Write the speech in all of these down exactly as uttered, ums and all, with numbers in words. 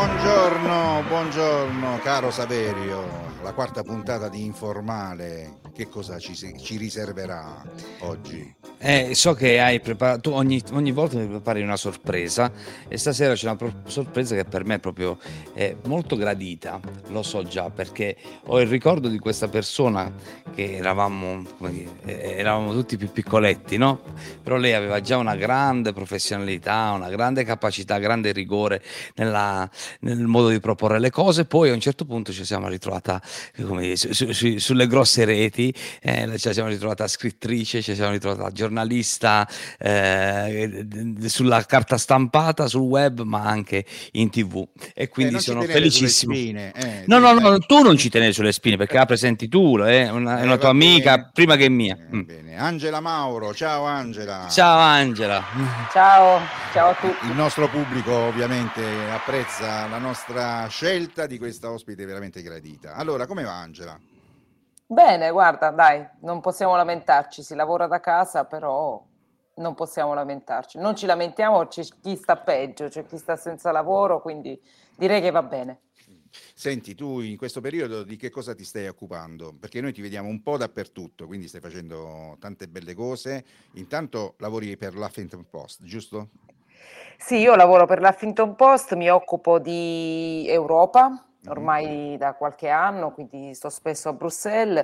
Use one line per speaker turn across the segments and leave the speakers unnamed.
Buongiorno, buongiorno caro Saverio, la quarta puntata di Informale, che cosa ci, ci riserverà oggi?
Eh, so che hai preparato, ogni, ogni volta mi prepari una sorpresa e stasera c'è una pro- sorpresa che per me è proprio eh, molto gradita, lo so già, perché ho il ricordo di questa persona che eravamo, come dire, eh, eravamo tutti più piccoletti, no? Però lei aveva già una grande professionalità, una grande capacità, grande rigore nella- nel modo di proporre le cose. Poi a un certo punto ci siamo ritrovata, eh, come dire, su- su- su- sulle grosse reti, eh, ci siamo ritrovata scrittrice, ci siamo ritrovata giornalista, eh, sulla carta stampata, sul web, ma anche in tivù. E
Eh,
quindi
non ci
sono
tenere sulle
felicissimo.
spine, eh,
No,
di-
no, no,
dai.
tu non ci tenevi sulle spine perché la presenti tu, eh, è una, è
Eh,
una tua
va
amica
bene,
prima
va
che mia.
bene, va
Mm.
bene. Angela Mauro, ciao
Ciao
Angela.
Angela.
Ciao, ciao a
Il
tutti.
nostro pubblico ovviamente apprezza la nostra scelta di questa ospite veramente gradita. Allora, come va Angela?
Bene, guarda, dai, non possiamo lamentarci, si lavora da casa, però non possiamo lamentarci. Non ci lamentiamo, c'è chi sta peggio, c'è chi sta senza lavoro, quindi direi che va bene.
Senti, tu in questo periodo di che cosa ti stai occupando? Perché noi ti vediamo un po' dappertutto, quindi stai facendo tante belle cose. Intanto lavori per l'Huffington Post, giusto?
Sì, io lavoro per l'Huffington Post, mi occupo di Europa
Mhm.
ormai da qualche anno, quindi sto spesso a Bruxelles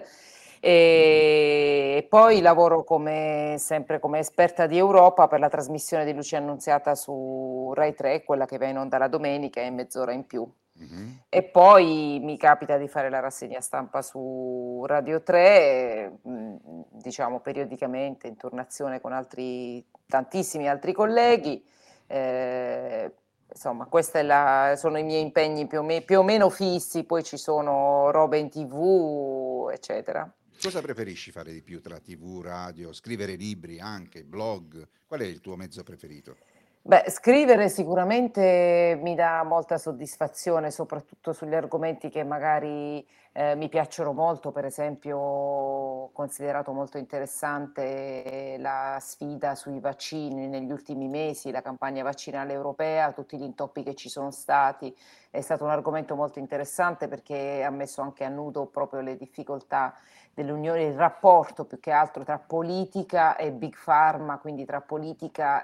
e poi lavoro come, sempre come esperta di Europa per la trasmissione di Lucia Annunziata su Rai tre, quella che va in onda la domenica e mezz'ora in più.
Mhm.
E poi mi capita di fare la rassegna stampa su Radio tre, mh, diciamo periodicamente in turnazione con altri, tantissimi altri colleghi. Eh, insomma, questi sono i miei impegni più o, me- più o meno fissi, poi ci sono robe in tivù, eccetera.
Cosa preferisci fare di più tra T V, radio, scrivere libri, anche blog? Qual è il tuo mezzo preferito?
Beh, scrivere sicuramente mi dà molta soddisfazione, soprattutto sugli argomenti che magari eh, mi piacciono molto. Per esempio, ho considerato molto interessante la sfida sui vaccini negli ultimi mesi, la campagna vaccinale europea, tutti gli intoppi che ci sono stati. È stato un argomento molto interessante perché ha messo anche a nudo proprio le difficoltà dell'Unione, il rapporto più che altro tra politica e big pharma, quindi tra politica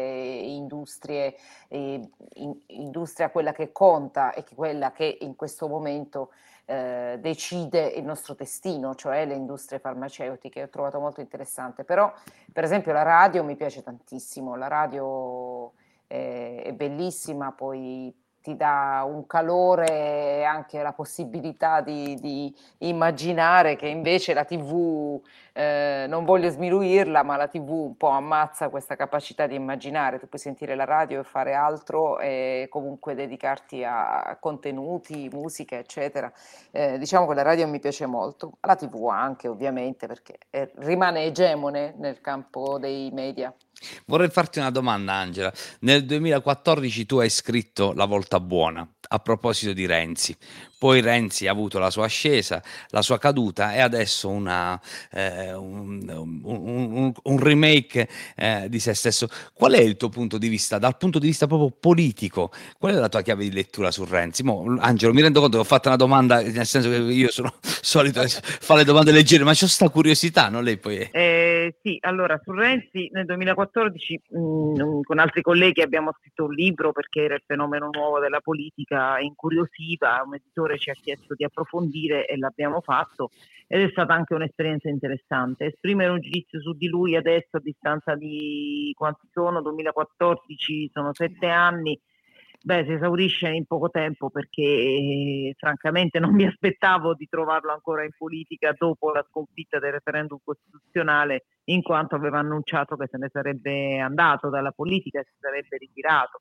e industrie, e in, industria quella che conta e che quella che in questo momento eh, decide il nostro destino, cioè le industrie farmaceutiche. Ho trovato molto interessante, però per esempio la radio mi piace tantissimo, la radio eh, è bellissima, poi ti dà un calore e anche la possibilità di, di immaginare che invece la tivù, eh, non voglio sminuirla, ma la tivù un po' ammazza questa capacità di immaginare. Tu puoi sentire la radio e fare altro e comunque dedicarti a contenuti, musica, eccetera. Eh, diciamo che la radio mi piace molto, la tivù anche ovviamente perché eh, rimane egemone nel campo dei media.
Vorrei farti una domanda, Angela. Nel duemilaquattordici tu hai scritto La volta buona a proposito di Renzi. Poi Renzi ha avuto la sua ascesa, la sua caduta e adesso una, eh, un, un- un- un remake eh, di se stesso. Qual è il tuo punto di vista, dal punto di vista proprio politico? Qual è la tua chiave di lettura su Renzi? Mo, Angelo, mi rendo conto che ho fatto una domanda, nel senso che io sono solito fare le domande leggere, ma c'ho sta curiosità, no? Lei poi è...
Eh, sì, allora su Renzi nel duemilaquattordici mh, con altri colleghi abbiamo scritto un libro perché era il fenomeno nuovo della politica, incuriosiva, un editore ci ha chiesto di approfondire e l'abbiamo fatto ed è stata anche un'esperienza interessante. Esprimere un giudizio su di lui adesso a distanza di quanti sono? duemilaquattordici, sono sette anni. Beh, si esaurisce in poco tempo perché eh, francamente non mi aspettavo di trovarlo ancora in politica dopo la sconfitta del referendum costituzionale, in quanto aveva annunciato che se ne sarebbe andato dalla politica e si sarebbe ritirato.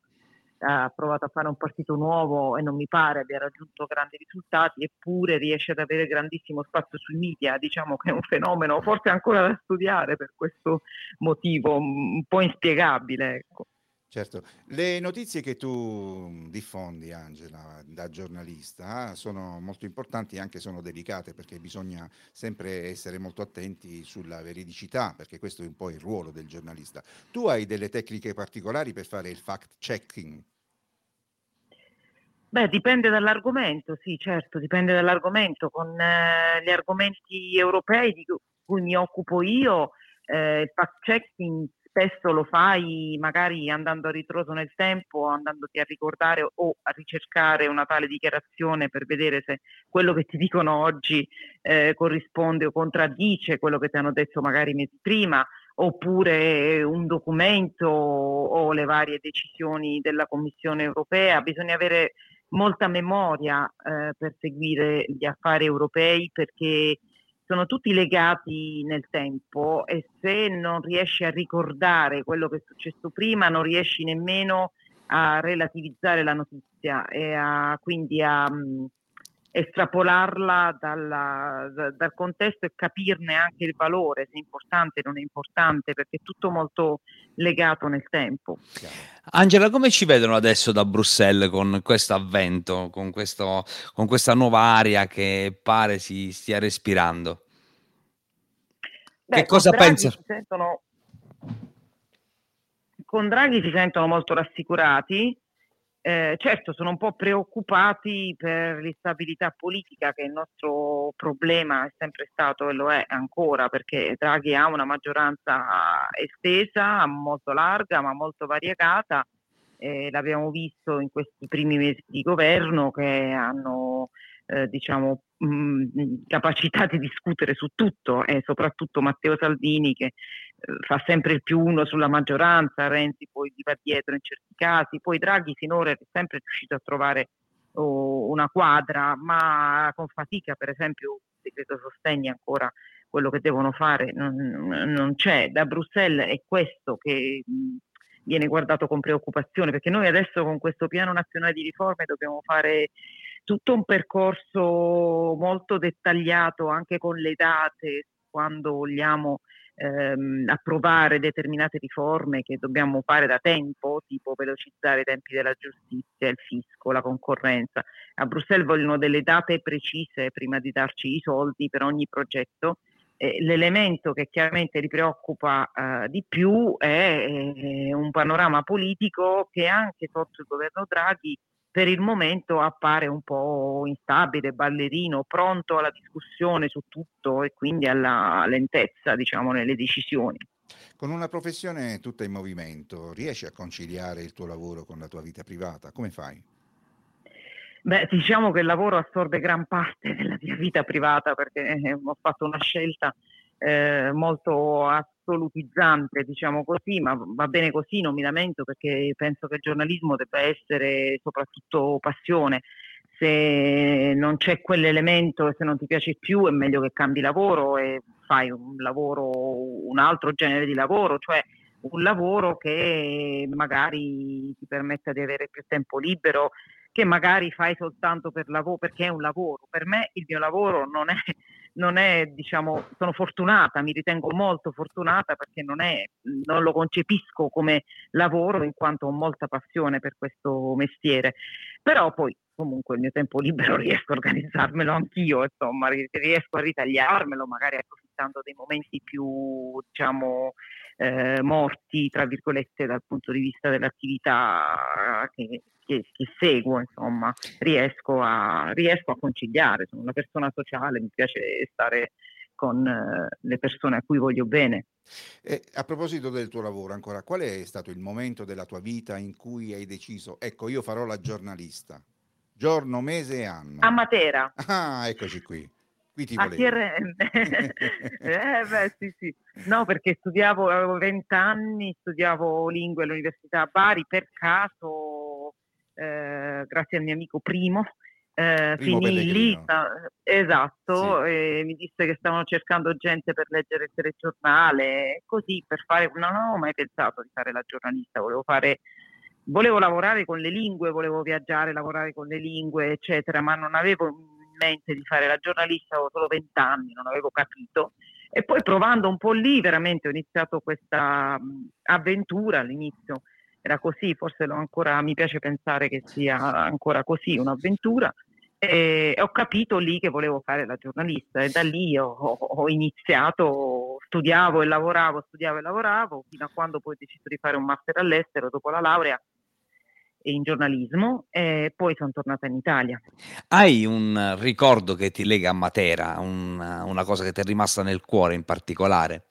Ha provato a fare un partito nuovo e non mi pare abbia raggiunto grandi risultati, eppure riesce ad avere grandissimo spazio sui media. Diciamo che è un fenomeno forse ancora da studiare per questo motivo, un po' inspiegabile, ecco.
Certo, le notizie che tu diffondi, Angela, da giornalista, sono molto importanti e anche sono delicate perché bisogna sempre essere molto attenti sulla veridicità, perché questo è un po' il ruolo del giornalista. Tu hai delle tecniche particolari per fare il fact checking?
Beh, dipende dall'argomento, sì, certo, dipende dall'argomento. Con eh, gli argomenti europei di cui mi occupo io, eh, il fact-checking spesso lo fai magari andando a ritroso nel tempo, andandoti a ricordare o a ricercare una tale dichiarazione per vedere se quello che ti dicono oggi eh, corrisponde o contraddice quello che ti hanno detto magari mesi prima, oppure un documento o le varie decisioni della Commissione europea. Bisogna avere molta memoria eh, per seguire gli affari europei, perché sono tutti legati nel tempo e se non riesci a ricordare quello che è successo prima non riesci nemmeno a relativizzare la notizia e a, quindi a mh, estrapolarla dalla, da, dal contesto e capirne anche il valore, se è importante o non è importante, perché è tutto molto legato nel tempo.
Angela, come ci vedono adesso da Bruxelles con questo avvento, con, questo, con questa nuova aria che pare si stia respirando?
Beh,
Che cosa pensa?
Si sentono, con Draghi si sentono molto rassicurati. Eh, certo, sono un po' preoccupati per l'instabilità politica, che è il nostro problema, è sempre stato e lo è ancora, perché Draghi ha una maggioranza estesa, molto larga, ma molto variegata. Eh, l'abbiamo visto in questi primi mesi di governo, che hanno eh, diciamo mh, capacità di discutere su tutto, e soprattutto Matteo Salvini, che fa sempre il più uno sulla maggioranza, Renzi poi gli va dietro in certi casi, poi Draghi finora è sempre riuscito a trovare oh, una quadra, ma con fatica. Per esempio il decreto sostegni ancora quello che devono fare non, non c'è. Da Bruxelles è questo che mh, viene guardato con preoccupazione, perché noi adesso con questo piano nazionale di riforme dobbiamo fare tutto un percorso molto dettagliato, anche con le date, quando vogliamo Ehm, approvare determinate riforme che dobbiamo fare da tempo, tipo velocizzare i tempi della giustizia, il fisco, la concorrenza. A Bruxelles vogliono delle date precise prima di darci i soldi per ogni progetto. Eh, l'elemento che chiaramente li preoccupa eh, di più è, è un panorama politico che anche sotto il governo Draghi per il momento appare un po' instabile, ballerino, pronto alla discussione su tutto e quindi alla lentezza, diciamo, nelle decisioni.
Con una professione tutta in movimento, riesci a conciliare il tuo lavoro con la tua vita privata? Come fai?
Beh, diciamo che il lavoro assorbe gran parte della mia vita privata, perché eh, ho fatto una scelta eh, molto assolutizzante, diciamo così, ma va bene così, non mi lamento, perché penso che il giornalismo debba essere soprattutto passione. Se non c'è quell'elemento e se non ti piace più, è meglio che cambi lavoro e fai un lavoro, un altro genere di lavoro, cioè un lavoro che magari ti permetta di avere più tempo libero, che magari fai soltanto per lavoro, perché è un lavoro. Per me il mio lavoro non è, non è, diciamo, sono fortunata, mi ritengo molto fortunata, perché non è, non lo concepisco come lavoro, in quanto ho molta passione per questo mestiere. Però poi comunque il mio tempo libero riesco a organizzarmelo anch'io, insomma, riesco a ritagliarmelo, magari approfittando dei momenti più, diciamo, eh, morti, tra virgolette, dal punto di vista dell'attività che, che, che seguo, insomma, riesco a, riesco a conciliare. Sono una persona sociale, mi piace stare con eh, le persone a cui voglio bene.
E a proposito del tuo lavoro, ancora, qual è stato il momento della tua vita in cui hai deciso, ecco, io farò la giornalista? Giorno, mese e anno.
A Matera.
Ah, eccoci qui. Qui ti
A
volevo.
T R M. eh, beh, sì, sì. No, perché studiavo, avevo vent'anni, studiavo lingue all'Università a Bari, per caso, eh, grazie al mio amico Primo, eh,
Primo
finì lì,
Pellegrino.
esatto,
Sì.
e mi disse che stavano cercando gente per leggere il telegiornale, così per fare, non avevo mai pensato di fare la giornalista, volevo fare, volevo lavorare con le lingue, volevo viaggiare, lavorare con le lingue, eccetera, ma non avevo in mente di fare la giornalista, avevo solo vent'anni, non avevo capito. E poi provando un po' lì, veramente ho iniziato questa mh, avventura. All'inizio era così, forse l'ho ancora, mi piace pensare che sia ancora così, un'avventura. E ho capito lì che volevo fare la giornalista, e da lì ho, ho iniziato, studiavo e lavoravo, studiavo e lavoravo, fino a quando poi ho deciso di fare un master all'estero dopo la laurea, in giornalismo e poi sono tornata in Italia.
Hai un ricordo che ti lega a Matera, un una cosa che ti è rimasta nel cuore in particolare?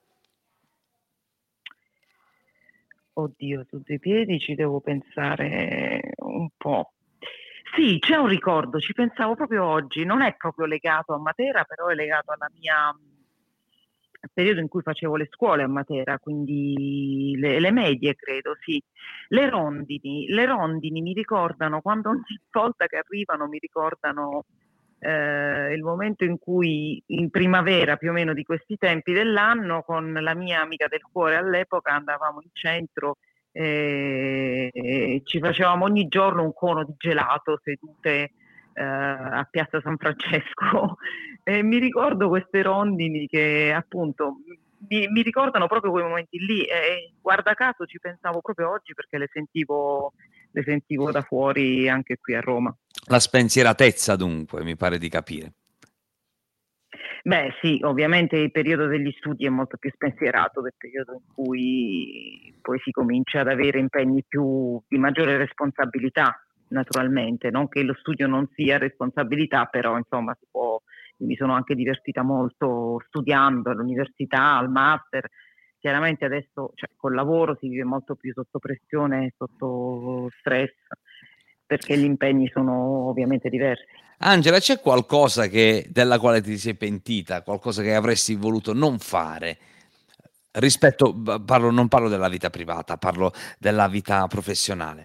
Oddio, su due piedi ci devo pensare un po'. Sì, c'è un ricordo, ci pensavo proprio oggi, non è proprio legato a Matera, però è legato alla mia al periodo in cui facevo le scuole a Matera, quindi le, le medie credo, sì. Le rondini, le rondini mi ricordano, quando ogni volta che arrivano mi ricordano eh, il momento in cui in primavera, più o meno di questi tempi dell'anno, con la mia amica del cuore all'epoca andavamo in centro e, e ci facevamo ogni giorno un cono di gelato sedute eh, a Piazza San Francesco e mi ricordo queste rondini che appunto mi, mi ricordano proprio quei momenti lì e guarda caso ci pensavo proprio oggi perché le sentivo, le sentivo da fuori anche qui a Roma.
La spensieratezza dunque, mi pare di capire.
Beh sì, ovviamente il periodo degli studi è molto più spensierato del periodo in cui poi si comincia ad avere impegni più di maggiore responsabilità, naturalmente, non che lo studio non sia responsabilità, però insomma si può, mi sono anche divertita molto studiando all'università, al master. Chiaramente adesso cioè, col lavoro si vive molto più sotto pressione, sotto stress, perché gli impegni sono ovviamente diversi.
Angela, c'è qualcosa che della quale ti sei pentita, qualcosa che avresti voluto non fare? Rispetto, b parlo non parlo della vita privata, parlo della vita professionale.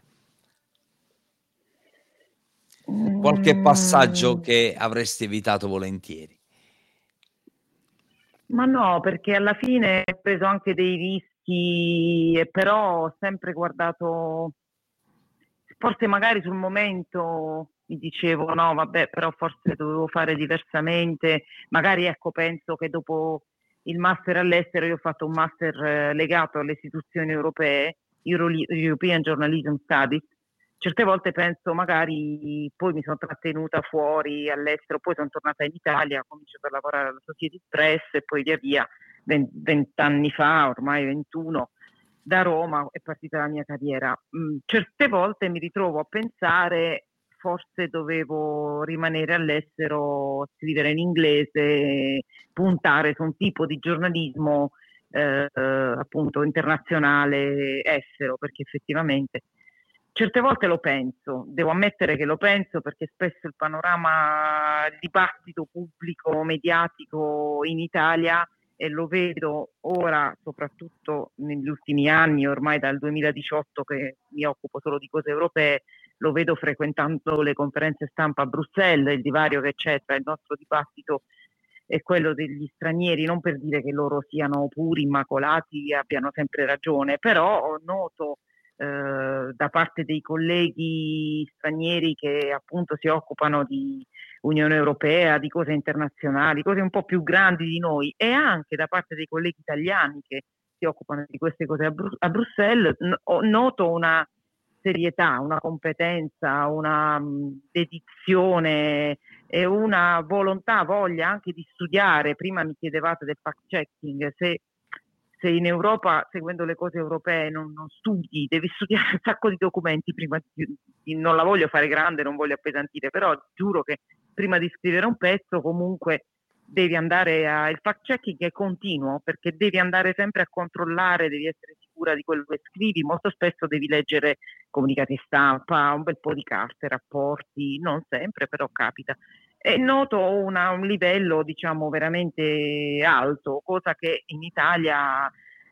Qualche passaggio
Mm.
che avresti evitato volentieri?
Ma no, perché alla fine ho preso anche dei rischi, e però ho sempre guardato, forse magari sul momento mi dicevo no, vabbè, però forse dovevo fare diversamente, magari ecco, penso che dopo il master all'estero io ho fatto un master eh, legato alle istituzioni europee, Euro- European Journalism Studies. Certe volte penso magari poi mi sono trattenuta fuori all'estero, poi sono tornata in Italia, ho cominciato a lavorare alla Society Press e poi via via, vent'anni fa, ormai ventuno, da Roma è partita la mia carriera. Mm, certe volte mi ritrovo a pensare forse dovevo rimanere all'estero, scrivere in inglese, puntare su un tipo di giornalismo eh, eh, appunto internazionale estero, perché effettivamente certe volte lo penso, devo ammettere che lo penso perché spesso il panorama, il dibattito pubblico, mediatico in Italia, e lo vedo ora soprattutto negli ultimi anni, ormai dal duemiladiciotto che mi occupo solo di cose europee, lo vedo frequentando le conferenze stampa a Bruxelles, il divario che c'è tra il nostro dibattito e quello degli stranieri, non per dire che loro siano puri, immacolati, abbiano sempre ragione, però noto eh, da parte dei colleghi stranieri che appunto si occupano di Unione Europea, di cose internazionali, cose un po' più grandi di noi, e anche da parte dei colleghi italiani che si occupano di queste cose a, Bru- a Bruxelles, n- noto una serietà, una competenza, una mh, dedizione e una volontà, voglia anche di studiare. Prima mi chiedevate del fact checking, se, se in Europa, seguendo le cose europee, non, non studi, devi studiare un sacco di documenti prima di, di, non la voglio fare grande, non voglio appesantire, però giuro che prima di scrivere un pezzo comunque devi andare a, il fact checking è continuo, perché devi andare sempre a controllare, devi essere sicura di quello che scrivi, molto spesso devi leggere comunicati stampa, un bel po' di carte, rapporti, non sempre, però capita. E noto una, un livello, diciamo, veramente alto, cosa che in Italia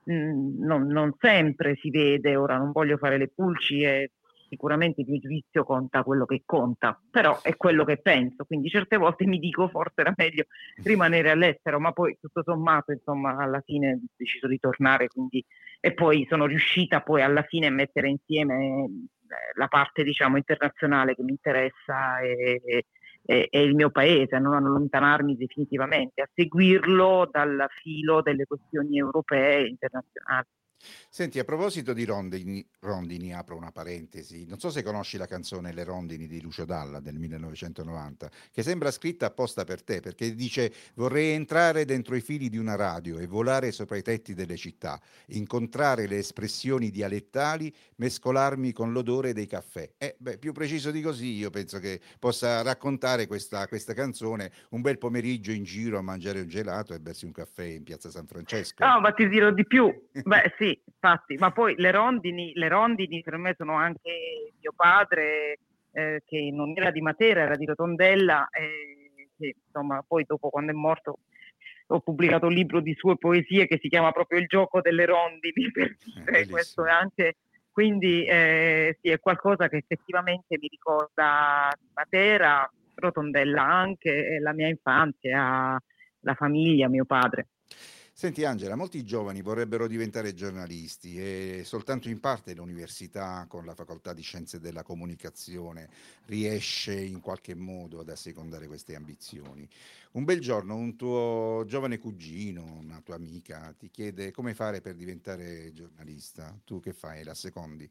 mh, non, non sempre si vede. Ora non voglio fare le pulci e sicuramente il mio giudizio conta quello che conta, però è quello che penso, quindi certe volte mi dico forse era meglio rimanere all'estero, ma poi tutto sommato, insomma, alla fine ho deciso di tornare, quindi e poi sono riuscita poi alla fine a mettere insieme la parte, diciamo, internazionale che mi interessa e, e, e il mio paese, a non allontanarmi definitivamente, a seguirlo dal filo delle questioni europee e internazionali.
Senti, a proposito di rondini, rondini, apro una parentesi. Non so se conosci la canzone Le rondini di Lucio Dalla del millenovecentonovanta, che sembra scritta apposta per te, perché dice: vorrei entrare dentro i fili di una radio e volare sopra i tetti delle città, incontrare le espressioni dialettali, mescolarmi con l'odore dei caffè. Eh, beh, più preciso di così, io penso che possa raccontare questa, questa canzone un bel pomeriggio in giro a mangiare un gelato e bersi un caffè in piazza San Francesco.
No, ma ti dirò di più. Beh, sì, infatti, ma poi le rondini, le rondini per me sono anche mio padre, eh, che non era di Matera, era di Rotondella, e che, insomma, poi dopo, quando è morto, ho pubblicato un libro di sue poesie che si chiama proprio Il gioco delle rondini, per dire questo è anche, quindi eh, sì, è qualcosa che effettivamente mi ricorda Matera, Rotondella anche, e la mia infanzia, la famiglia, mio padre.
Senti Angela, molti giovani vorrebbero diventare giornalisti e soltanto in parte l'università con la facoltà di scienze della comunicazione riesce in qualche modo ad assecondare queste ambizioni. Un bel giorno un tuo giovane cugino, una tua amica, ti chiede come fare per diventare giornalista. Tu che fai? La secondi?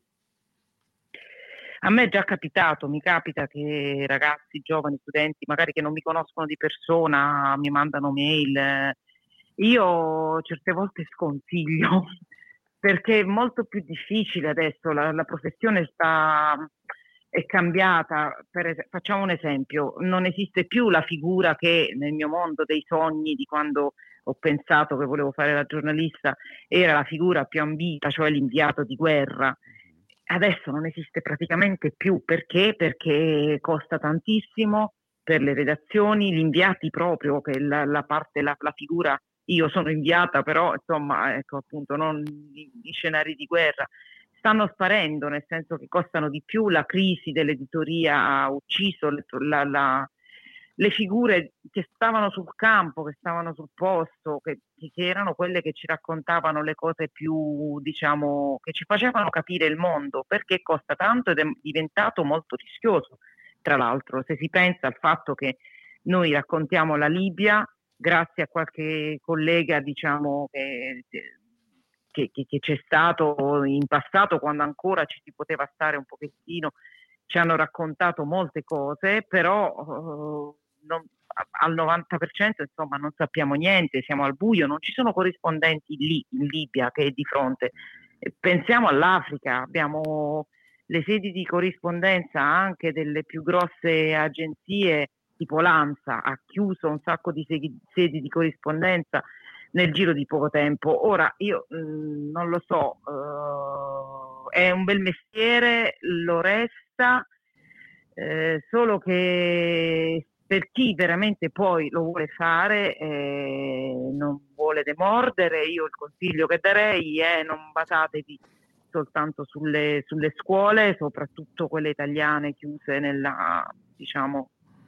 A me è già capitato, mi capita che ragazzi, giovani, studenti, magari che non mi conoscono di persona, mi mandano mail. Io certe volte sconsiglio, perché è molto più difficile adesso, la, la professione sta, è cambiata. Per es- facciamo un esempio, non esiste più la figura che nel mio mondo dei sogni, di quando ho pensato che volevo fare la giornalista, era la figura più ambita, cioè l'inviato di guerra. Adesso non esiste praticamente più, perché? Perché costa tantissimo per le redazioni, gli inviati proprio, che la, la parte, la, la figura, io sono inviata, però insomma, ecco appunto, non gli, gli scenari di guerra, stanno sparendo, nel senso che costano di più, la crisi dell'editoria ha ucciso la, la, le figure che stavano sul campo, che stavano sul posto, che, che erano quelle che ci raccontavano le cose più, diciamo, che ci facevano capire il mondo, perché costa tanto ed è diventato molto rischioso. Tra l'altro, se si pensa al fatto che noi raccontiamo la Libia grazie a qualche collega, diciamo, che, che, che, che c'è stato in passato, quando ancora ci si poteva stare un pochettino, ci hanno raccontato molte cose, però eh, non, al novanta per cento insomma non sappiamo niente, siamo al buio, non ci sono corrispondenti lì in Libia che è di fronte. Pensiamo all'Africa, abbiamo le sedi di corrispondenza anche delle più grosse agenzie, tipo l'ANSA ha chiuso un sacco di sedi di corrispondenza nel giro di poco tempo. Ora io mh, non lo so, uh, è un bel mestiere, lo resta, eh, solo che per chi veramente poi lo vuole fare, eh, non vuole demordere, io il consiglio che darei è: non basatevi soltanto sulle, sulle scuole, soprattutto quelle italiane chiuse nella, diciamo,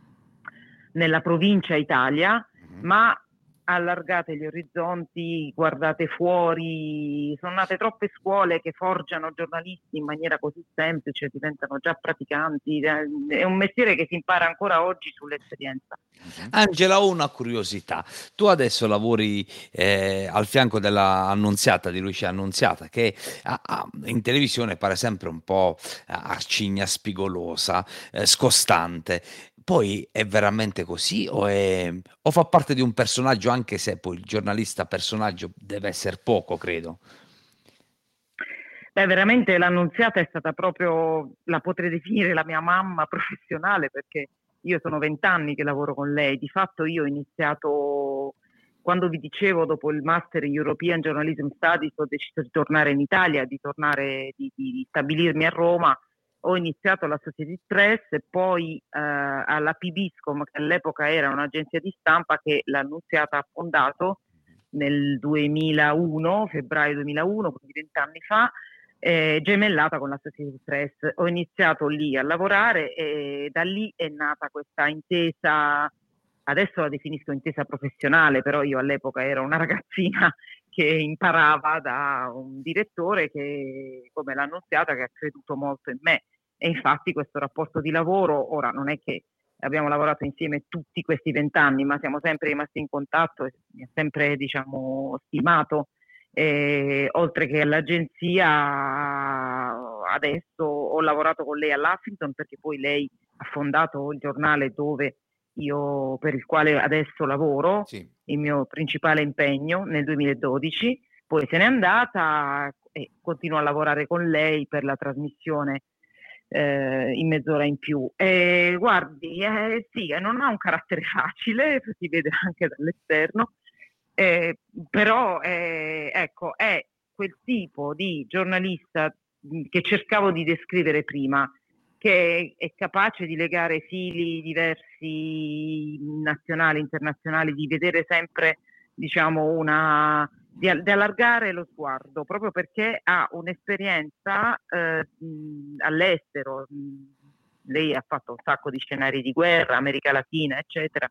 nella provincia Italia, mm-hmm. ma allargate gli orizzonti, guardate fuori. Sono nate troppe scuole che forgiano giornalisti in maniera così semplice, diventano già praticanti. È un mestiere che si impara ancora oggi sull'esperienza.
Angela, ho una curiosità. Tu adesso lavori eh, al fianco della Annunziata, di Lucia Annunziata, che a, a, in televisione pare sempre un po' arcigna, spigolosa, eh, scostante. Poi è veramente così o, è, o fa parte di un personaggio, anche se poi il giornalista personaggio deve essere poco, credo?
Beh, veramente l'Annunziata è stata proprio, la potrei definire la mia mamma professionale, perché io sono vent'anni che lavoro con lei. Di fatto io ho iniziato, quando vi dicevo, dopo il Master in European Journalism Studies, ho deciso di tornare in Italia, di tornare, di, di stabilirmi a Roma. Ho iniziato all'Associated Press e poi eh, alla Pibiscom, che all'epoca era un'agenzia di stampa che l'Annunziata ha fondato nel duemilauno, febbraio duemilauno, quindi vent'anni fa, eh, gemellata con l'Associated Press. Ho iniziato lì a lavorare e da lì è nata questa intesa, adesso la definisco intesa professionale, però io all'epoca ero una ragazzina che imparava da un direttore che, come l'Annunziata, che ha creduto molto in me. E infatti questo rapporto di lavoro, ora non è che abbiamo lavorato insieme tutti questi vent'anni, ma siamo sempre rimasti in contatto e mi ha sempre, diciamo, stimato E, oltre che all'agenzia, adesso ho lavorato con lei all'Huffington, perché poi lei ha fondato il giornale dove io, per il quale adesso lavoro,
Sì.
il mio principale impegno nel duemiladodici. Poi se n'è andata e continuo a lavorare con lei per la trasmissione eh, in mezz'ora in più. E guardi, eh, sì, non ha un carattere facile, si vede anche dall'esterno, eh, però eh, ecco, è quel tipo di giornalista che cercavo di descrivere prima, che è capace di legare fili diversi, nazionali, internazionali, di vedere sempre, diciamo, una di, di allargare lo sguardo, proprio perché ha un'esperienza eh, mh, all'estero. Mh, lei ha fatto un sacco di scenari di guerra, America Latina, eccetera,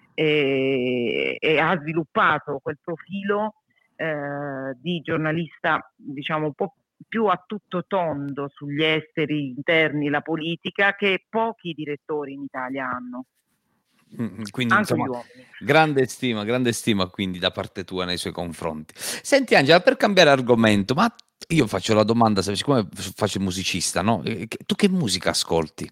e, e ha sviluppato quel profilo eh, di giornalista, diciamo, un po' più a tutto tondo sugli esteri, interni, la politica, che pochi direttori in Italia hanno.
Quindi
Anche
insomma
gli uomini.
grande stima, grande stima quindi da parte tua nei suoi confronti. Senti Angela, per cambiare argomento, ma io faccio la domanda, siccome faccio il musicista, no? Eh, che- Tu che musica ascolti?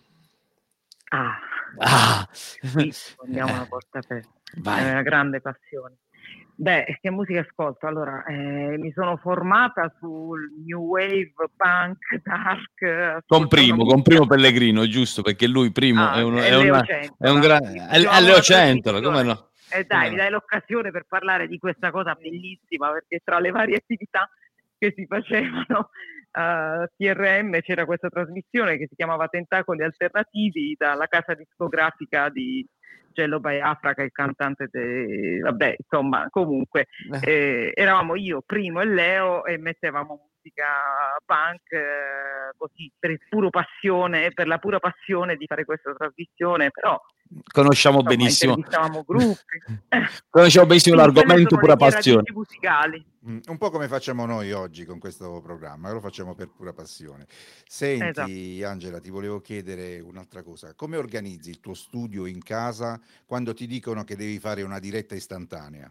Ah,
Ah!
qui andiamo una
Eh,
porta aperta. È
vai.
una grande passione. Beh, che musica ascolto? Allora, eh, mi sono formata sul new wave, punk, dark,
Con
ascolto una
Primo, con
musica.
Primo Pellegrino, giusto? Perché lui Primo è,
Ah,
uno,
è
è,
Leo
una, è un
Centola.
grande...
Facevamo
Leo
una
Centola, come
trasmissione.
no?
E eh,
Come
dai, mi
no?
dai l'occasione per parlare di questa cosa bellissima, perché tra le varie attività che si facevano a T R M c'era questa trasmissione che si chiamava Tentacoli Alternativi, dalla casa discografica di Cello Biafra, che è il cantante de... vabbè, insomma, comunque eh, eravamo io, Primo e Leo, e mettevamo musica punk eh, così per puro passione, per la pura passione di fare questa trasmissione, però
Conosciamo
insomma
benissimo.
intervistavamo gruppi.
Conosciamo benissimo
Quindi quelle
l'argomento,
sono le
pura
mie
passione.
radici musicali.
Mm, Un po' come facciamo noi oggi con questo programma, lo facciamo per pura passione. Senti,
Esatto.
Angela, ti volevo chiedere un'altra cosa. Come organizzi il tuo studio in casa quando ti dicono che devi fare una diretta istantanea?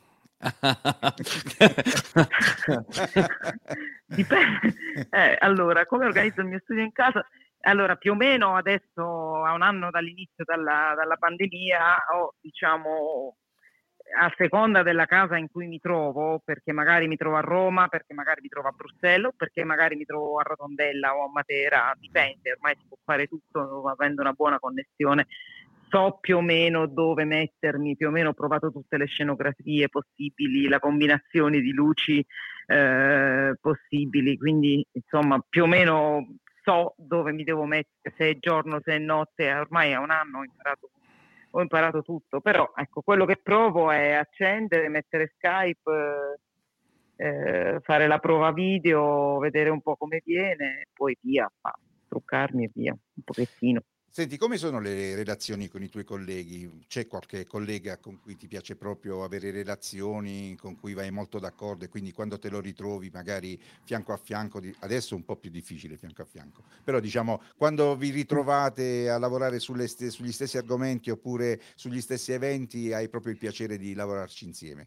Dipende. Eh, allora, come organizzo il mio studio in casa? Allora, più o meno adesso, a un anno dall'inizio dalla, dalla pandemia, ho, diciamo, a seconda della casa in cui mi trovo, perché magari mi trovo a Roma, perché magari mi trovo a Bruxelles, perché magari mi trovo a Rotondella o a Matera, dipende, ormai si può fare tutto avendo una buona connessione. So più o meno dove mettermi, più o meno ho provato tutte le scenografie possibili, la combinazione di luci eh, possibili, quindi insomma più o meno so dove mi devo mettere, se è giorno, se è notte. Ormai a un anno ho imparato, ho imparato tutto, però ecco, quello che provo è accendere, mettere Skype, eh, fare la prova video, vedere un po' come viene, poi via, fa, truccarmi e via, un pochettino.
Senti, come sono le relazioni con i tuoi colleghi? C'è qualche collega con cui ti piace proprio avere relazioni, con cui vai molto d'accordo e quindi quando te lo ritrovi magari fianco a fianco, di... adesso è un po' più difficile fianco a fianco, però diciamo quando vi ritrovate a lavorare sulle st- sugli stessi argomenti oppure sugli stessi eventi, hai proprio il piacere di lavorarci insieme?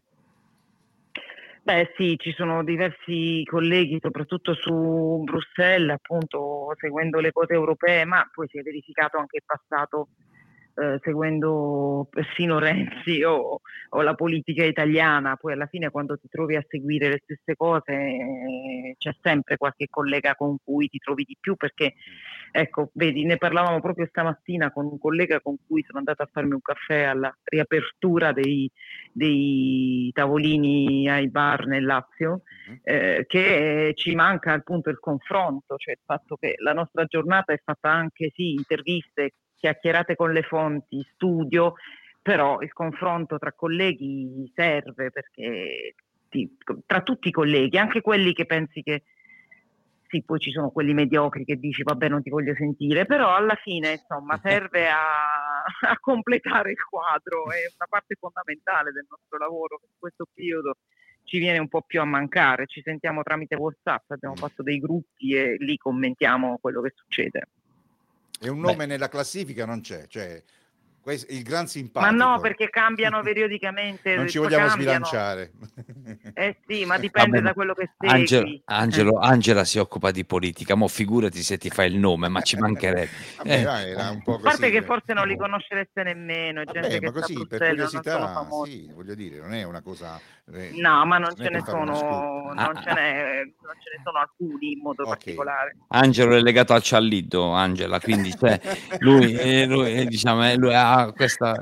Beh sì, ci sono diversi colleghi, soprattutto su Bruxelles, appunto seguendo le quote europee, ma poi si è verificato anche il passato eh, seguendo persino Renzi o, o la politica italiana. Poi alla fine quando ti trovi a seguire le stesse cose eh, c'è sempre qualche collega con cui ti trovi di più, perché ecco, vedi, ne parlavamo proprio stamattina con un collega con cui sono andata a farmi un caffè alla riapertura dei dei tavolini ai bar nel Lazio, eh, che ci manca appunto il confronto, cioè il fatto che la nostra giornata è fatta anche sì, interviste, chiacchierate con le fonti, studio, però il confronto tra colleghi serve, perché ti, tra tutti i colleghi, anche quelli che pensi che sì, poi ci sono quelli mediocri che dici vabbè non ti voglio sentire, però alla fine insomma serve a, a completare il quadro, è una parte fondamentale del nostro lavoro che in questo periodo ci viene un po' più a mancare. Ci sentiamo tramite WhatsApp, abbiamo fatto dei gruppi e lì commentiamo quello che succede.
E un nome Beh. nella classifica non c'è, cioè il gran simpatico.
Ma no, perché cambiano periodicamente.
Non ci vogliamo
cambiano.
sbilanciare.
Eh sì, ma dipende
Vabbè, ma
da quello che
Angelo,
segui.
Angelo, Angela si occupa di politica, mo figurati se ti fa il nome, ma ci mancherebbe.
Vabbè,
Eh,
dai, era un po'
A parte
così.
che
eh.
forse non li conoscereste nemmeno, è gente
Vabbè, ma
che sta a
così per
Bruxelles, non sono
curiosità,
famosi.
sì, voglio dire, non è una cosa, eh,
No, ma non
non è
ce
per
ne
fare uno scoop.
sono,
eh.
ah,
non ce
ah,
ne, non ce ne sono alcuni in modo
Ok.
particolare.
Angelo è legato al Cialliddo, Angela, quindi cioè, lui, eh, lui, eh, diciamo, eh, lui ha questa,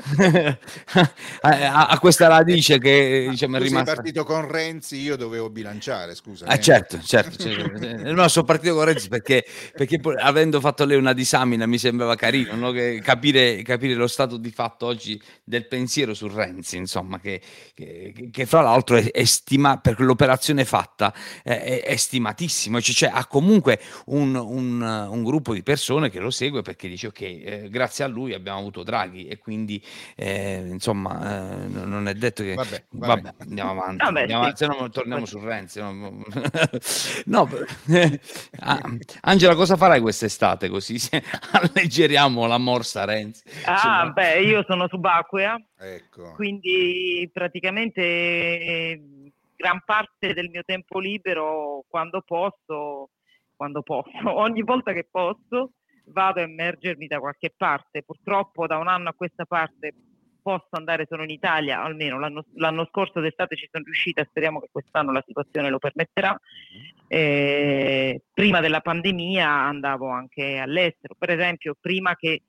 ha, ha questa radice che
Ah,
diciamo, è
tu sei
rimasta.
partito con Renzi, io dovevo bilanciare, scusa.
Ah,
eh.
certo, certo, certo. Eh, no, sono partito con Renzi perché, perché poi, avendo fatto lei una disamina mi sembrava carino, no? Che capire, capire lo stato di fatto oggi del pensiero su Renzi, insomma, che, che, che fra l'altro è, è stima, per l'operazione fatta eh, è, è stimatissimo, cioè, cioè, ha comunque un, un, un gruppo di persone che lo segue perché dice ok, eh, grazie a lui abbiamo avuto Draghi e quindi eh, insomma eh, non è detto che...
Vabbè, vabbè.
Vabbè, andiamo avanti,
Vabbè,
andiamo
sì.
avanti, se no torniamo su Renzi. No, no, ah, Angela, cosa farai quest'estate così se alleggeriamo la morsa Renzi?
Ah,
Insomma,
beh, io sono subacquea,
Ecco.
quindi praticamente eh, gran parte del mio tempo libero, quando posso, quando posso, ogni volta che posso, vado a immergermi da qualche parte. Purtroppo da un anno a questa parte posso andare solo in Italia, almeno l'anno, l'anno scorso d'estate ci sono riuscita, speriamo che quest'anno la situazione lo permetterà. Eh, prima della pandemia andavo anche all'estero, per esempio prima che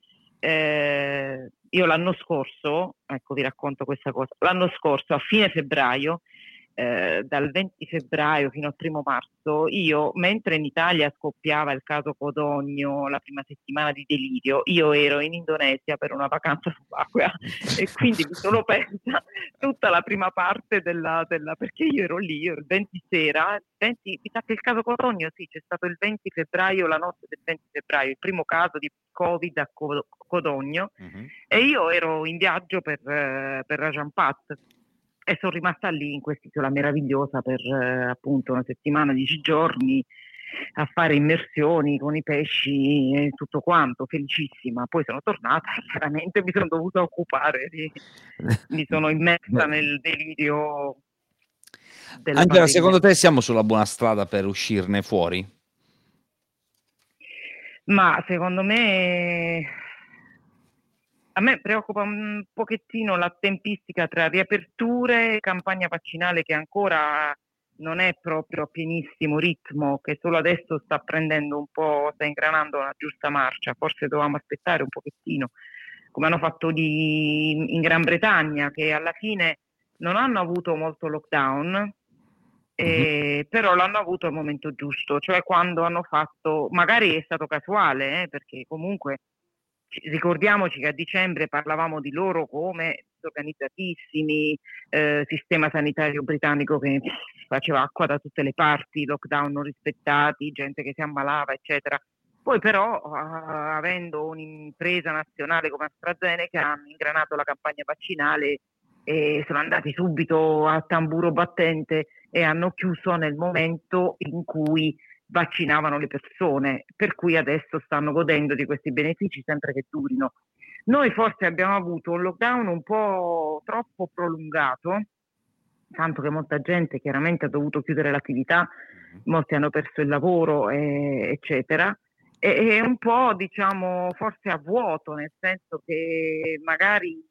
eh, io l'anno scorso, ecco vi racconto questa cosa, l'anno scorso a fine febbraio, eh, dal venti febbraio fino al primo marzo, io mentre in Italia scoppiava il caso Codogno, la prima settimana di delirio, io ero in Indonesia per una vacanza subacquea e quindi mi sono persa tutta la prima parte della, della perché io ero lì, io il venti sera, il venti, mi sa che il caso Codogno, sì, c'è stato il venti febbraio, la notte del venti febbraio, il primo caso di Covid a Codogno,
uh-huh.
e io ero in viaggio per, eh, per Rajampat e sono rimasta lì in quest'isola meravigliosa per eh, appunto una settimana, dieci giorni a fare immersioni con i pesci e tutto quanto, felicissima. Poi sono tornata e chiaramente mi sono dovuta occupare, di, mi sono immersa nel delirio della
Angela,
pandemia.
secondo te siamo sulla buona strada per uscirne fuori?
Ma secondo me, a me preoccupa un pochettino la tempistica tra riaperture e campagna vaccinale che ancora non è proprio a pienissimo ritmo, che solo adesso sta prendendo un po', sta ingranando una giusta marcia. Forse dovevamo aspettare un pochettino, come hanno fatto di, in Gran Bretagna, che alla fine non hanno avuto molto lockdown, eh, uh-huh. però l'hanno avuto al momento giusto, cioè quando hanno fatto, magari è stato casuale, eh, perché comunque ricordiamoci che a dicembre parlavamo di loro come organizzatissimi, eh, sistema sanitario britannico che faceva acqua da tutte le parti, lockdown non rispettati, gente che si ammalava, eccetera. Poi però, uh, avendo un'impresa nazionale come AstraZeneca, hanno ingranato la campagna vaccinale e sono andati subito a tamburo battente e hanno chiuso nel momento in cui vaccinavano le persone, per cui adesso stanno godendo di questi benefici sempre che durino. Noi forse abbiamo avuto un lockdown un po' troppo prolungato, tanto che molta gente chiaramente ha dovuto chiudere l'attività, molti hanno perso il lavoro, eh, eccetera, e, e un po' diciamo forse a vuoto, nel senso che magari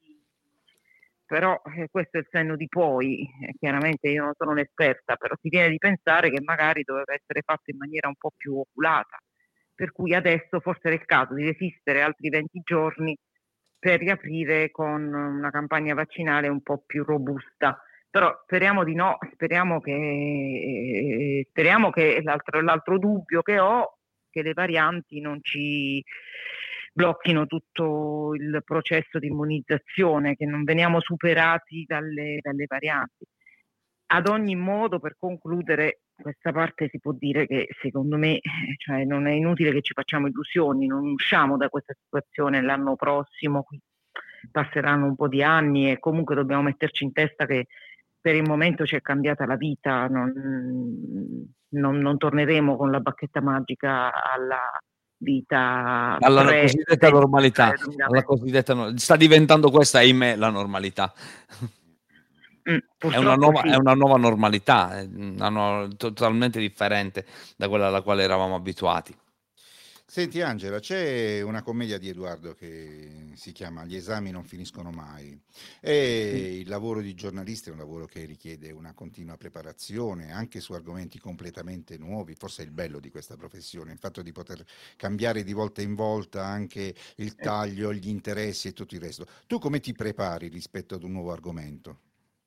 però eh, questo è il senno di poi, eh, chiaramente io non sono un'esperta, però si viene di pensare che magari doveva essere fatto in maniera un po' più oculata, per cui adesso forse era il caso di resistere altri venti giorni per riaprire con una campagna vaccinale un po' più robusta. Però speriamo di no, speriamo che, eh, speriamo che l'altro, l'altro dubbio che ho, che le varianti non ci blocchino tutto il processo di immunizzazione, che non veniamo superati dalle, dalle varianti. Ad ogni modo, per concludere questa parte, si può dire che secondo me cioè, non è inutile che ci facciamo illusioni, non usciamo da questa situazione l'anno prossimo, passeranno un po' di anni e comunque dobbiamo metterci in testa che per il momento ci è cambiata la vita, non, non, non torneremo con la bacchetta magica alla vita
alla
pre,
cosiddetta normalità,
pre
alla cosiddetta no- sta diventando questa, ahimè, la normalità.
Mm,
È una nuova,
sì.
è una nuova normalità, è una no- totalmente differente da quella alla quale eravamo abituati.
Senti Angela, c'è una commedia di Edoardo che si chiama Gli esami non finiscono mai e il lavoro di giornalista è un lavoro che richiede una continua preparazione anche su argomenti completamente nuovi, forse è il bello di questa professione, il fatto di poter cambiare di volta in volta anche il taglio, gli interessi e tutto il resto. Tu come ti prepari rispetto ad un nuovo argomento?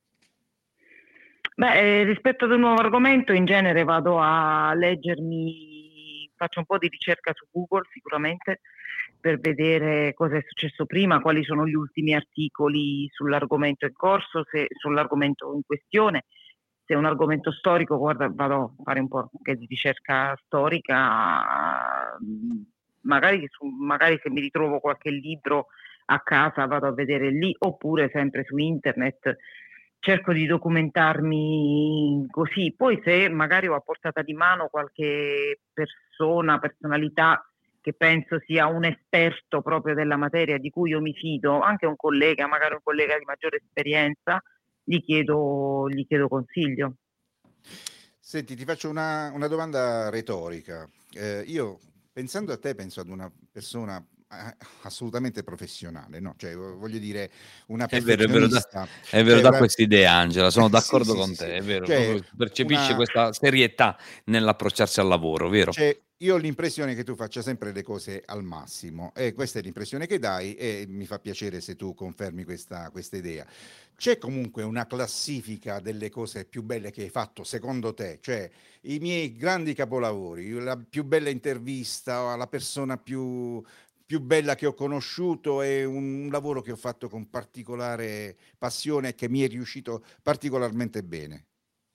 Beh, eh, rispetto ad un nuovo argomento, in genere vado a leggermi, faccio un po' di ricerca su Google sicuramente per vedere cosa è successo prima, quali sono gli ultimi articoli sull'argomento in corso, se sull'argomento in questione. Se è un argomento storico, guarda, vado a fare un po' anche di ricerca storica, mh, magari, su, magari se mi ritrovo qualche libro a casa vado a vedere lì, oppure sempre su internet cerco di documentarmi così. Poi se magari ho a portata di mano qualche persona, personalità che penso sia un esperto proprio della materia di cui io mi fido, anche un collega, magari un collega di maggiore esperienza, gli chiedo, gli chiedo consiglio.
Senti, ti faccio una, una domanda retorica. Eh, io pensando a te penso ad una persona eh, assolutamente professionale, no? Cioè, vo- voglio dire, una
È vero, è vero, da,
perfezionista,
è vero,
cioè
da
una...
questa idea, Angela, sono
Sì,
d'accordo
sì,
con
sì,
te,
sì,
è vero,
cioè
proprio percepisce
una...
questa serietà nell'approcciarsi al lavoro, vero?
Cioè, io ho l'impressione che tu faccia sempre le cose al massimo e questa è l'impressione che dai e mi fa piacere se tu confermi questa, questa idea. C'è comunque una classifica delle cose più belle che hai fatto secondo te? Cioè, i miei grandi capolavori, la più bella intervista, la persona più, più bella che ho conosciuto e un lavoro che ho fatto con particolare passione e che mi è riuscito particolarmente bene.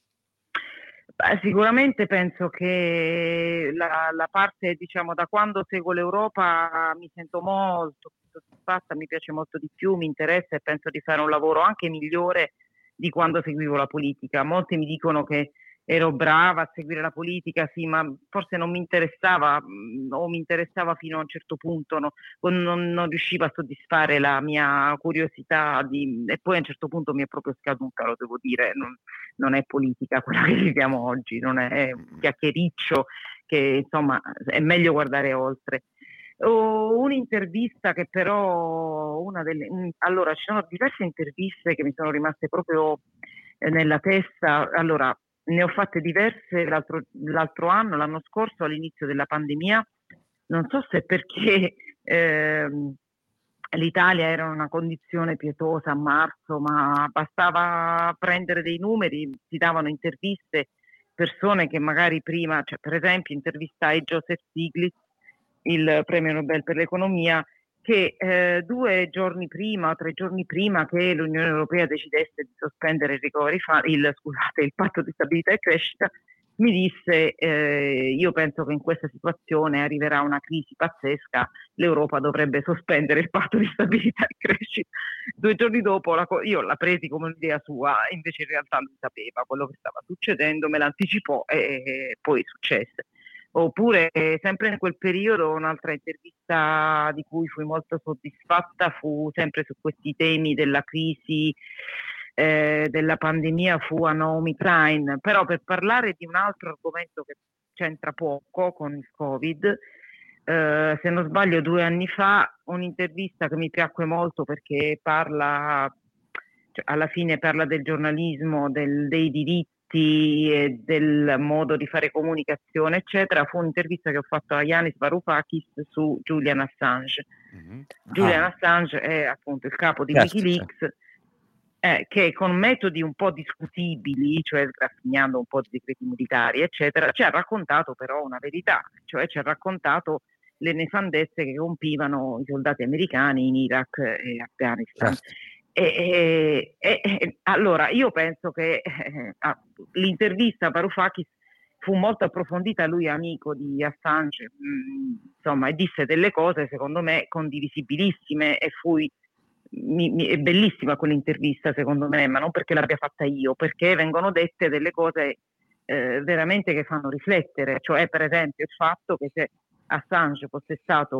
Beh, sicuramente penso che la, la parte, diciamo, da quando seguo l'Europa mi sento molto più soddisfatta, mi piace molto di più, mi interessa e penso di fare un lavoro anche migliore di quando seguivo la politica. Molti mi dicono che ero brava a seguire la politica, sì, ma forse non mi interessava mh, o mi interessava fino a un certo punto, no? non, non riuscivo a soddisfare la mia curiosità di, e poi a un certo punto mi è proprio scaduta, lo devo dire. Non, non è politica quella che viviamo oggi, non è un chiacchiericcio che insomma è meglio guardare oltre. Oh, un'intervista che però una delle allora ci sono diverse interviste che mi sono rimaste proprio eh, nella testa. Allora, ne ho fatte diverse l'altro, l'altro anno, l'anno scorso, all'inizio della pandemia. Non so se perché ehm, l'Italia era in una condizione pietosa a marzo, ma bastava prendere dei numeri, si davano interviste, persone che magari prima, cioè per esempio intervistai Joseph Stiglitz, il premio Nobel per l'economia, che eh, due giorni prima o tre giorni prima che l'Unione Europea decidesse di sospendere il, recovery fund, il, scusate, il patto di stabilità e crescita, mi disse eh, io penso che in questa situazione arriverà una crisi pazzesca, l'Europa dovrebbe sospendere il patto di stabilità e crescita. Due giorni dopo la co- io la presi come un'idea sua, invece in realtà lui sapeva quello che stava succedendo, me l'anticipò e, e poi successe. Oppure eh, sempre in quel periodo un'altra intervista di cui fui molto soddisfatta fu sempre su questi temi della crisi eh, della pandemia, fu a Naomi Klein, però per parlare di un altro argomento che c'entra poco con il Covid, eh, se non sbaglio due anni fa, un'intervista che mi piacque molto perché parla, cioè, alla fine parla del giornalismo, del, dei diritti e del modo di fare comunicazione, eccetera, fu un'intervista che ho fatto a Yanis Varoufakis su Julian Assange.
Mm-hmm.
Julian
Ah,
Assange è appunto il capo di
certo, certo.
Wikileaks, eh, che con metodi un po' discutibili, cioè sgraffignando un po' di decreti militari, eccetera, ci ha raccontato però una verità, cioè ci ha raccontato le nefandezze che compivano i soldati americani in Iraq e Afghanistan.
Certo.
E, e, e, allora io penso che eh, l'intervista a Varoufakis fu molto approfondita, lui è amico di Assange, mh, insomma, e disse delle cose secondo me condivisibilissime e fui mi, mi, è bellissima quell'intervista secondo me, ma non perché l'abbia fatta io, perché vengono dette delle cose eh, veramente che fanno riflettere, cioè per esempio il fatto che se Assange fosse stato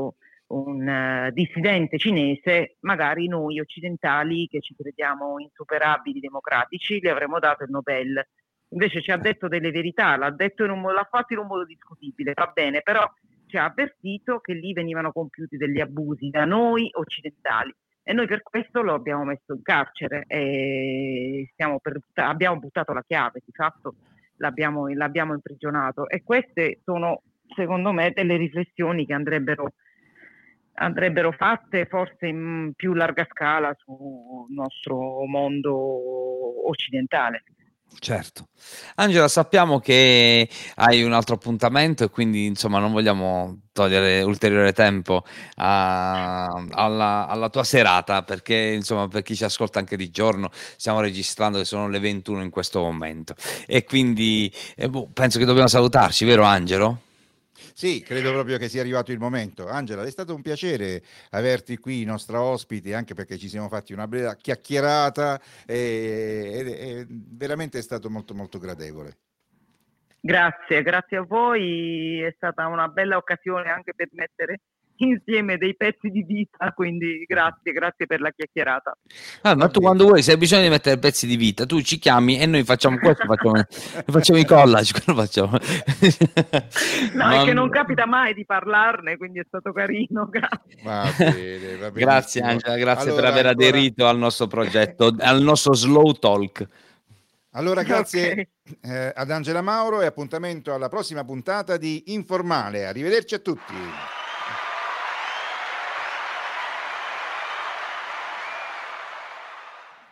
un uh, dissidente cinese, magari noi occidentali che ci crediamo insuperabili democratici gli avremmo dato il Nobel. Invece ci ha detto delle verità, l'ha, detto in un, l'ha fatto in un modo discutibile, va bene, però ci ha avvertito che lì venivano compiuti degli abusi da noi occidentali e noi per questo lo abbiamo messo in carcere e stiamo per, abbiamo buttato la chiave, di fatto l'abbiamo, l'abbiamo imprigionato, e queste sono secondo me delle riflessioni che andrebbero andrebbero fatte forse in più larga scala sul nostro mondo occidentale.
Certo. Angela, sappiamo che hai un altro appuntamento e quindi insomma non vogliamo togliere ulteriore tempo a, alla, alla tua serata, perché insomma per chi ci ascolta anche di giorno stiamo registrando che sono le ventuno in questo momento e quindi eh, boh, penso che dobbiamo salutarci, vero Angelo?
Sì, credo proprio che sia arrivato il momento. Angela, è stato un piacere averti qui, nostra ospite, anche perché ci siamo fatti una bella chiacchierata e, e, e veramente è stato molto molto gradevole.
Grazie, grazie a voi, è stata una bella occasione anche per mettere insieme dei pezzi di vita, quindi grazie, grazie per la chiacchierata.
Ah, ma tu quando vuoi, se hai bisogno di mettere pezzi di vita, tu ci chiami e noi facciamo questo, facciamo, facciamo i collage, quello facciamo.
No, ma... è che non capita mai di parlarne, quindi è stato carino, grazie.
Va bene, va
grazie Angela, grazie
allora,
per aver ancora... aderito al nostro progetto, al nostro Slow Talk.
Allora grazie okay. eh, ad Angela Mauro e appuntamento alla prossima puntata di Informale. Arrivederci a tutti.